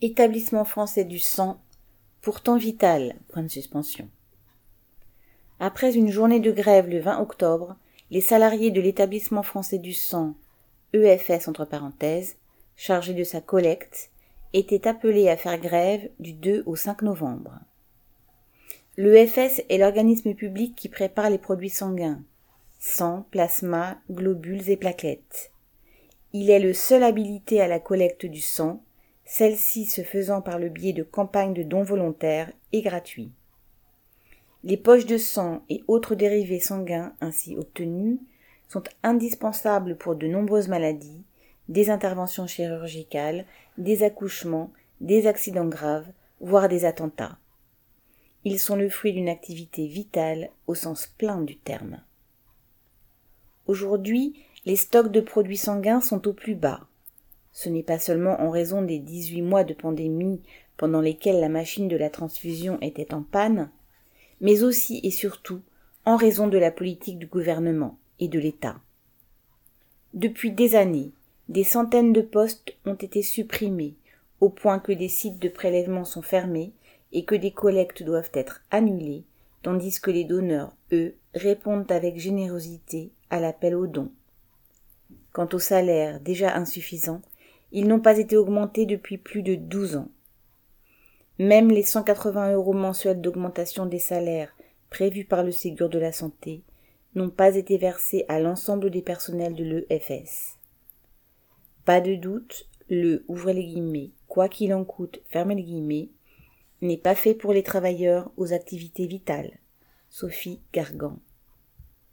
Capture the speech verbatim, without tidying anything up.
Établissement français du sang, pourtant vital, point de suspension. Après une journée de grève le vingt octobre, les salariés de l'établissement français du sang, E F S entre parenthèses, chargés de sa collecte, étaient appelés à faire grève du deux au cinq novembre. L'E F S est l'organisme public qui prépare les produits sanguins, sang, plasma, globules et plaquettes. Il est le seul habilité à la collecte du sang, celle-ci se faisant par le biais de campagnes de dons volontaires et gratuits. Les poches de sang et autres dérivés sanguins ainsi obtenus sont indispensables pour de nombreuses maladies, des interventions chirurgicales, des accouchements, des accidents graves, voire des attentats. Ils sont le fruit d'une activité vitale au sens plein du terme. Aujourd'hui, les stocks de produits sanguins sont au plus bas. Ce n'est pas seulement en raison des dix-huit mois de pandémie pendant lesquels la machine de la transfusion était en panne, mais aussi et surtout en raison de la politique du gouvernement et de l'État. Depuis des années, des centaines de postes ont été supprimés, au point que des sites de prélèvement sont fermés et que des collectes doivent être annulées, tandis que les donneurs, eux, répondent avec générosité à l'appel aux dons. Quant aux salaires déjà insuffisants, ils n'ont pas été augmentés depuis plus de douze ans. Même les cent quatre-vingts euros mensuels d'augmentation des salaires prévus par le Ségur de la Santé n'ont pas été versés à l'ensemble des personnels de l'E F S. Pas de doute, le ouvrez les guillemets, quoi qu'il en coûte, fermez les guillemets, n'est pas fait pour les travailleurs aux activités vitales. Sophie Gargan.